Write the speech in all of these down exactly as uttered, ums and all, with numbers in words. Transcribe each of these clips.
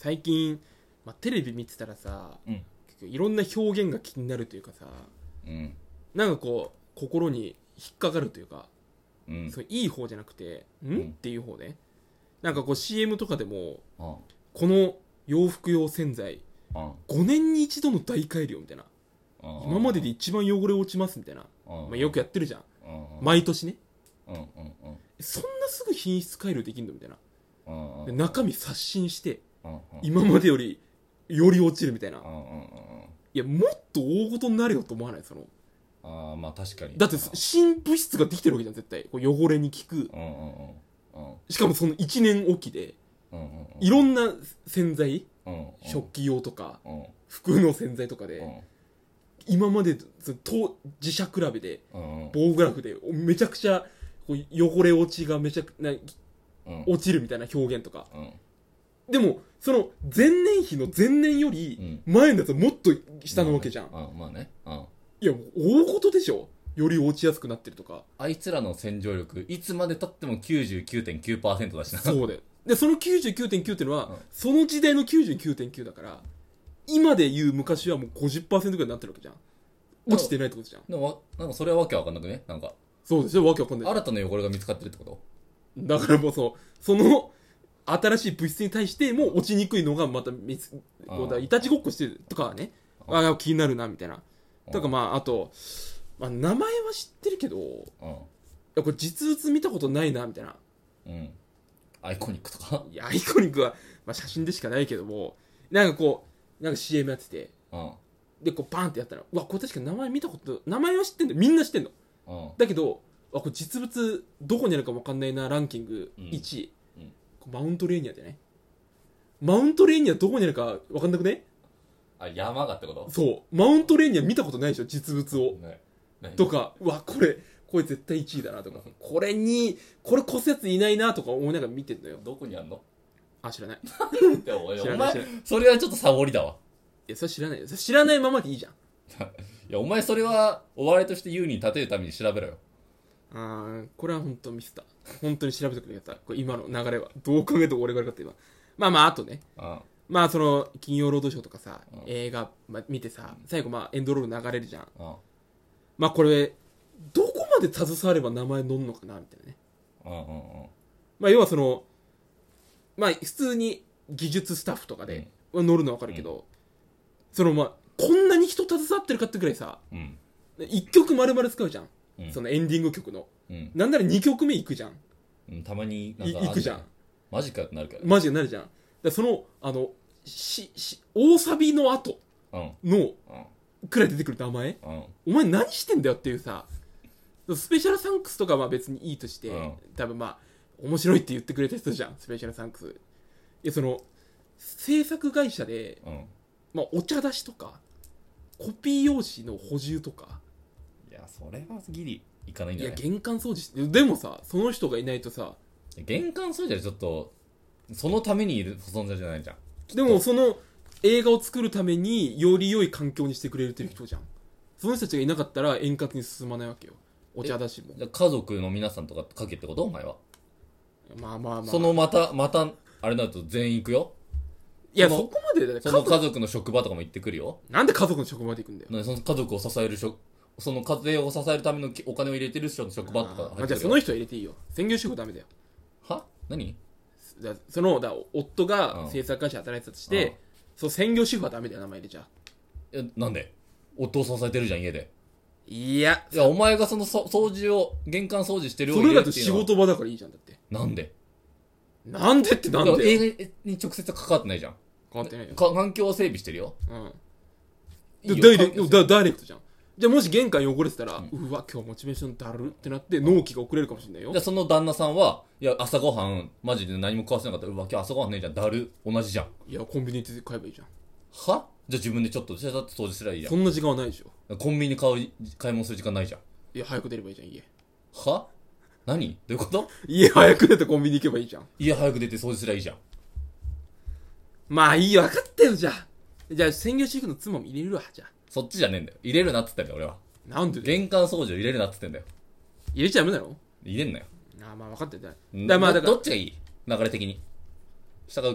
最近、まあ、テレビ見てたらさ、 うん結構いろんな表現が気になるというかさ、 うんなんかこう心に引っかかるというか、 うんそういい方じゃなくてん、 うんっていう方で、なんかこう シーエム とかでもあこの洋服用洗剤あごねんに一度の大改良みたいな、 あ今までで一番汚れ落ちますみたいな、 あまあ、よくやってるじゃん、 あ毎年ね。 うんうんうんそんなすぐ品質改良できんのみたいな。 うんで中身刷新してうん今までよりより落ちるみたいな。 うんうんうんいやもっと大事になるよと思わない？そのああまあ確かにだって新物質ができてるわけじゃん絶対。こう汚れに効く。 うんうんうんうんしかもそのいちねんおきでうんうんいろんな洗剤、 うん食器用とかうん服の洗剤とかで、 うん今までと自社比べでうん棒グラフでめちゃくちゃこう汚れ落ちがめちゃくなうん落ちるみたいな表現とか。 うんでもその前年比の前年より前のやつはもっと下なわけじゃん。 まあまあねうんいやもう大事でしょ。より落ちやすくなってるとか。 あいつらの洗浄力いつまでたっても きゅうじゅうきゅうてんきゅうパーセント だしなそうででその きゅうじゅうきゅうてんきゅう っていうのは、 うんその時代の きゅうじゅうきゅうてんきゅう だから今で言う昔はもう ごじゅっパーセント ぐらいになってるわけじゃん。落ちてないってことじゃん。 でもなんかそれはわけわかんなくねなんかそうですよ。わけわかんない。 新たな汚れが見つかってるってことだからもうそうその新しい物質に対しても落ちにくいのがまた見つこうだいたちごっこしてるとかはね、ああ気になるなみたいな。とかまああと、まあ、名前は知ってるけど、いうんやこれ実物見たことないなみたいな。 うんアイコニックとかいやアイコニックは、まあ、写真でしかないけども、なんかこうなんか シーエム やってて、 うんでこうバーンってやったら、うわこれ確かに名前見たこと名前は知ってんだよ。みんな知ってんの。 うんだけどあこれ実物どこにあるか分かんないなランキングいちい、 うんうんマウントレーニアでね。マウントレーニアどこにあるか分かんなくね。 あ山がってことそうマウントレーニア見たことないでしょ実物を。 ね何とかうわこれこれ絶対いちいだなとかこれにこれ越すやついないなとか思いながら見てんのよ。 どこにあんのあ知らない。 でもお知らお前ない知らない。 それはちょっとサボりだわいやそれ知らないよ。それ知らないままでいいじゃん。 いやお前それはお笑いとして優に立てるために調べろよあーこれは本当ミスった。本当に調べてくれたこれ今の流れはどう考えても俺が悪かった今。まあまああとね、 あまあその金曜ロードショーとかさ、 うん映画、まあ、見てさ最後まあエンドロール流れるじゃん。 あまあこれどこまで携われば名前載んのかなみたいなね。 あうんうんまあ要はそのまあ普通に技術スタッフとかで載るのは分かるけど、そのまあこんなに人携わってるかってくらいさうんいっきょく丸々使うじゃん、 うんそのエンディング曲のうんなんならにきょくめ行くじゃん。 うんたまになんいか行くじゃん。 マジかってなるからマジでなるじゃん。だからそのあのしし大サビの後うんのうんくらい出てくる名前、 うんお前何してんだよっていうさ。スペシャルサンクスとかは別にいいとして、 うん多分まあ面白いって言ってくれた人じゃんスペシャルサンクス。いやその制作会社で、 うんまあ、お茶出しとかコピー用紙の補充とか、 いやそれはギリいかないんいやじゃない玄関掃除してでもさその人がいないとさ、 玄関掃除はちょっとそのためにいる存在じゃないじゃんでもその映画を作るためにより良い環境にしてくれる人じゃん。その人たちがいなかったら円滑に進まないわけよお茶出しも。 じゃあ家族の皆さんとかかけってことお前はまあまあまあそのまたまたあれだと全員行くよいやそのそこまでだね。 その家族の職場とかも行ってくるよなんで家族の職場まで行くんだよ。 なその家族を支える職その家庭を支えるためのお金を入れてる人の職場とか入あってくるよじゃあその人は入れていいよ。専業主婦ダメだよ。 は何だそのだ夫うがん制作会社で働いてたとして、 うんそう専業主婦はダメだよ名前入れちゃ。 えなんで夫を支えてるじゃん家でいやいやお前がそのそ掃除を玄関掃除してるをそ入れだと仕れるっていうのは事場だからいいじゃんだって。 なんでなんでってなんだからでよ。 映画に直接関わってないじゃん変わってないよ。 か環境を整備してるようん。 いいよダイレク環境トだダイレクトじゃん。じゃあもし玄関汚れてたら、ううんわ今日モチベーションだるってなって納期が遅れるかもしれないよ。 でその旦那さんはいや朝ごはんマジで何も食わせなかったらうわ今日朝ごはんねえじゃんだる同じじゃんいやコンビニ行って買えばいいじゃん。 はじゃあ自分でちょっとじゃあだって掃除すりゃいいじゃそんな時間はないでしょ。 んコンビニ買う買い物する時間ないじゃんいや早く出ればいいじゃん家。 は何どういうこと家早く出てコンビニ行けばいいじゃん。 家早く出て掃除すりゃいいじゃんまあいいよ分かったよじゃあ。じゃあ専業主婦の妻も入れるわじゃあ。 そっちじゃねえんだよ入れるなっつってんだよ俺はなんでだよ玄関掃除を入れるなっつってんだよ入れちゃダメだろ。 入れんなよああまあ分かってた。だかんらまあだからどどっちがいい流れ的に従うけど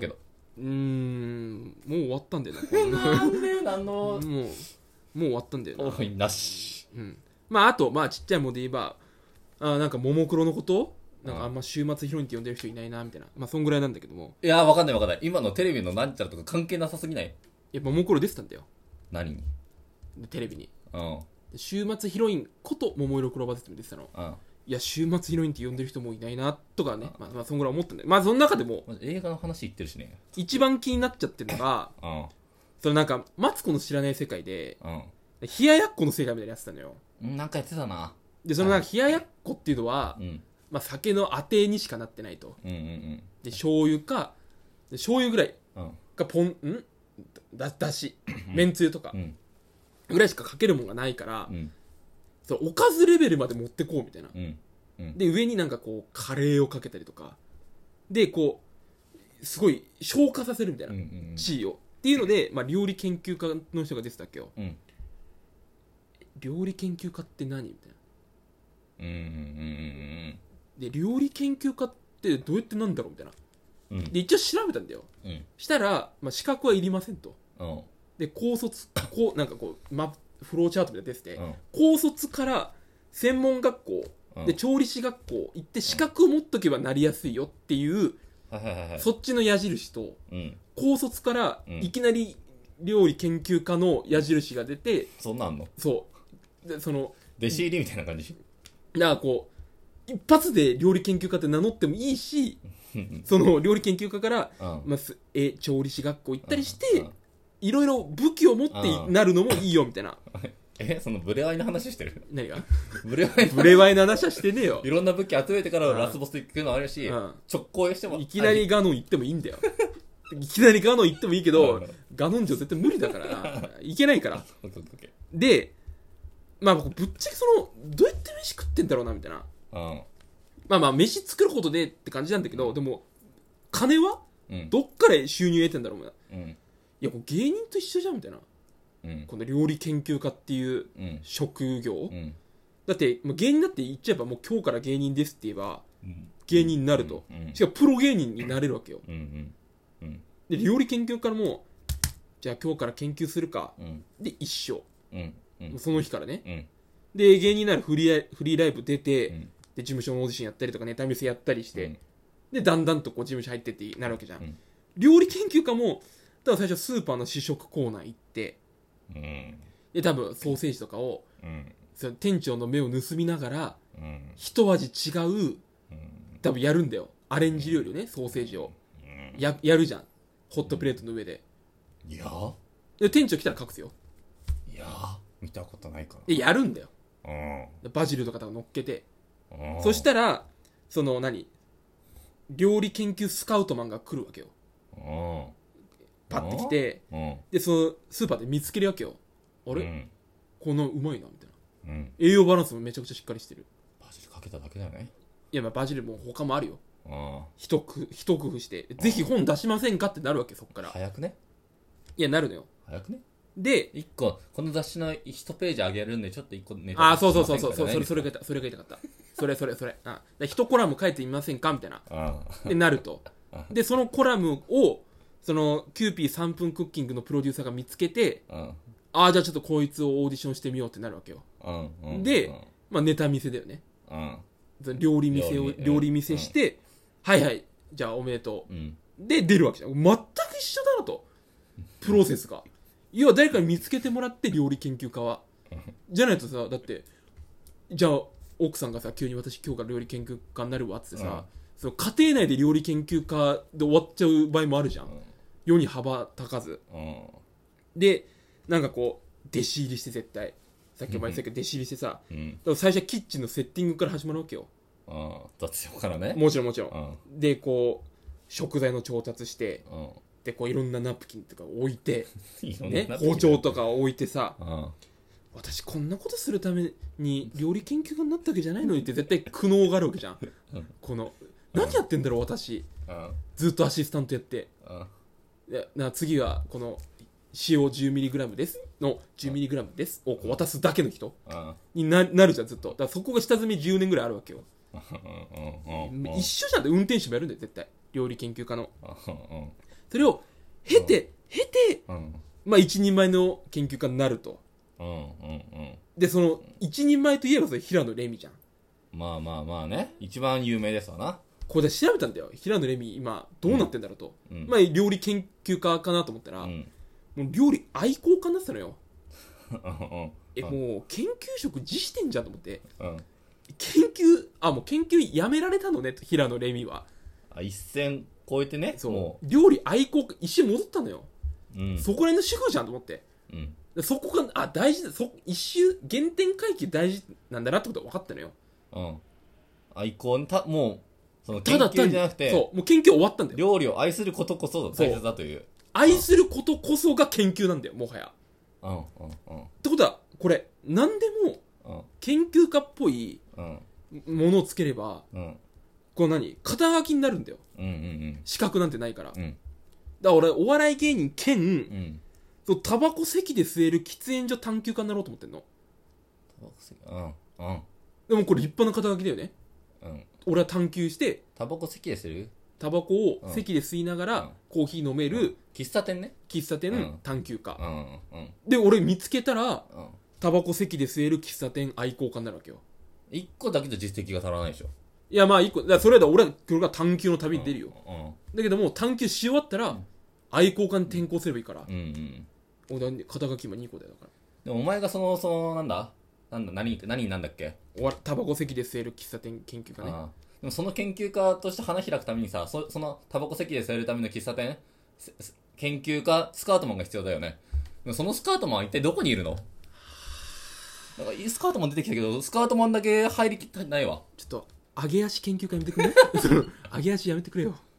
うーんもう終わったんだよななんでなんのもうもう終わったんだよな、 多いなし。 うん、まああとまあちっちゃいもので言えばあなんかももクロのことなんかあんま週末ヒロインって呼んでる人いないなみたいな、まあそんぐらいなんだけども、 いや、わかんないわかんない。今のテレビのなんちゃらとか関係なさすぎない？ やっぱももクロ出てたんだよ何に？ テレビに。 うんで週末ヒロインこと桃色クローバー Z も出てたの。 うん。 いや週末ヒロインって呼んでる人もいないなとかね、まあ、まあそんぐらい思ったんだよ。まあその中でもまず映画の話言ってるしね。 一番気になっちゃってるのがうんそのなんかマツコの知らない世界でうん冷ややっこの世界みたいなやつたのよ。 うん。なんかやってたな。 でそのなんか冷ややっこっていうのは、 うんまあ、酒のあてにしかなってないと。 うんうんで醤油かで醤油ぐらいうんうんかポンんだだしめんつゆとかうんぐらいしかかけるもんがないから、 うんそのおかずレベルまで持ってこうみたいな。 うんうんで上になんかこうカレーをかけたりとかでこうすごい消化させるみたいな、 うんうん地位をっていうので、まあ、料理研究家の人が出てたっけよ。 うん料理研究家って何みたいな。 うんうんうんで料理研究家ってどうやってなんだろうみたいな。 うんうんで一応調べたんだよ。 うんしたら、まあ、資格はいりませんと。 うんで高卒こうなんかこう、ま、フローチャートみたいなの出てて、 うん高卒から専門学校うんで調理師学校行って資格を持っとけばなりやすいよっていう、 はいはいはいはい。 そっちの矢印とうん。 高卒からうんいきなり料理研究家の矢印が出て、 そんなんあんの？ そうでその弟子入りみたいな感じ？ だからこう一発で料理研究家って名乗ってもいいし、 うんその料理研究家から、 うんまあ、すえ調理師学校行ったりして、 うんいろいろ武器を持ってうんなるのもいいよみたいな。 え、そのブレワイの話してる？ 何がブレワイのブレワイの話はしてねえよいろんな武器集めてからラスボス行くのあるし、 うん直行してもいきなりガノン行ってもいいんだよいきなりガノン行ってもいいけど、 うんガノン城絶対無理だからないけないから。 オッケーオッケーオッケでまあ僕ぶっちゃけそのどうやって飯食ってんだろうなみたいな。 ーまあまあ飯作ることでって感じなんだけど、でも金はうんうんどっから収入得てんだろうみたいな。 うんいやこれ芸人と一緒じゃんみたいな。 うんこの料理研究家っていううん職業、 うんだってもう芸人だって言っちゃえばもう今日から芸人ですって言えばうん芸人になると、 うんしかもプロ芸人になれるわけよ。 うんうんうんで料理研究家もじゃあ今日から研究するかうんで一緒、 うんうんもうその日からね。 うんで芸人ならフリーライフリーライブ出て、 うんで事務所のオーディションやったりとかネタ見せやったりして、 うんでだんだんとこう事務所入ってってなるわけじゃん、 うん料理研究家も多分最初スーパーの試食コーナー行ってうんで多分ソーセージとかをうんその店長の目を盗みながらうん一味違ううん多分やるんだよ、アレンジ料理をね、ソーセージをややるじゃん、ホットプレートの上で。 いやで店長来たら隠すよ。 いや見たことないかでやるんだよ、 なうんでバジルとかとか乗っけて。 うんそしたらその何料理研究スカウトマンが来るわけよ。 うんパッて来て、 うんでそのスーパーで見つけるわけよ。あれ、 うんこのうまいなみたいな。 うん栄養バランスもめちゃくちゃしっかりしてる。 バジルかけただけだよねいやまあバジルも他もあるよ。 うん一工一工夫してぜひ本出しませんかってなるわけ、そっから。 早くねいやなるのよ。 早くねで一個この雑誌の一ページあげるんでちょっと一個ネタああそうそうそうそうそう、それそれがが言いたそれが言いたかった。それそれそれあで一コラム書いてみませんかみたいなうんでなると。でそのコラムをそのキューピーさんぷんクッキングのプロデューサーが見つけて、 うんああじゃあちょっとこいつをオーディションしてみようってなるわけよ。 うんうんでまあネタ見せだよね。 うんその料理見せを料理料理見せして、はいはいじゃあおめでとう、 うんで出るわけじゃん。全く一緒だなとプロセスが。要は誰かに見つけてもらって料理研究家はじゃないとさ、だってじゃあ奥さんがさ急に私今日から料理研究家になるわっつってさ、 うんその家庭内で料理研究家で終わっちゃう場合もあるじゃん、世に羽ばたかずうんでなんかこう弟子入りして絶対さっきお前言ってたけど弟子入りしてさ、 うんだから最初はキッチンのセッティングから始まるわけよ。 うん雑用からねもちろんもちろん、 うんでこう食材の調達してうんでこういろんなナプキンとか置いて、 いろんなね、 ナプキン包丁とか置いてさ、 うん私こんなことするために料理研究家になったわけじゃないのにって絶対苦悩があるわけじゃん、 うんこの何やってんだろう私うんずっとアシスタントやってうんいやな次はこの塩 じゅうミリグラム ですの じゅうミリグラム ですをこう渡すだけの人うんに な, なるじゃんずっと。だからそこが下積みじゅうねんぐらいあるわけよ。 うんうんうん一緒じゃんって運転手もやるんだよ絶対料理研究家の。 うんそれを経て、経て、 うんまあ一人前の研究家になると。 うんうんうんで、その一人前といえばそれ平野レミじゃん。 まあまあまあね、一番有名ですわな。 これで調べたんだよ。平野レミ今どうなってんだろうと。 うんまあ料理研究家かなと思ったら、 うんもう料理愛好家になってたのよ。 うんえ、もう研究職辞してんじゃんと思って。 うん研究、あ、もう研究やめられたのね、と平野レミは。 あ、一線超えてね。 そうも。 料理愛好家、一瞬戻ったのよ。 ううんそこら辺の主婦じゃんと思って。 うんでそこが、あ、大事だ、そ、一周、原点回帰大事なんだなってことが分かったのよ。 うん愛好にたもうそのた研だ単に究じゃなくてそう、もう研究終わったんだよ。 料理を愛することこそ大切だという。 愛することこそが研究なんだよ、もはや。 うんうんうんってことは、これ、何でもうん研究家っぽいうんものをつければ、 うんこう何肩書きになるんだよ。 うんうん資格なんてないから。だかうんら俺、お笑い芸人兼、 うんそうタバコ席で吸える喫煙所探求家になろうと思ってんの。 うんうんでもこれ立派な肩書きだよね。 うん俺は探求して、 タバコ席でするタバコをうん席で吸いながら、 うんコーヒー飲める喫茶店ね。 喫茶店うん探求家。 うんうんで、俺見つけたら、 うんタバコ席で吸える喫茶店愛好家になるわけよ。 一個だけじゃ実績が足らないでしょ。 いや、まあ一個、だからそれだ俺は、これが探求の旅に出るよ。 うんだけども、探求し終わったら、愛好家に転校すればいいから。 うんうん俺は肩書き今にこだよだから。 でもお前がそのそのなんだなんだ何何なんだっけ。 終わタバコ席で吸える喫茶店研究家ね。 ああでもその研究家として花開くためにさ、そそのタバコ席で吸えるための喫茶店せせ研究家スカートマンが必要だよね。でもそのスカートマンは一体どこにいるの。なんかいいスカートマン出てきたけどスカートマンだけ入りきってないわ。 ちょっと、揚げ足研究家やめてくれその揚げ足やめてくれよ。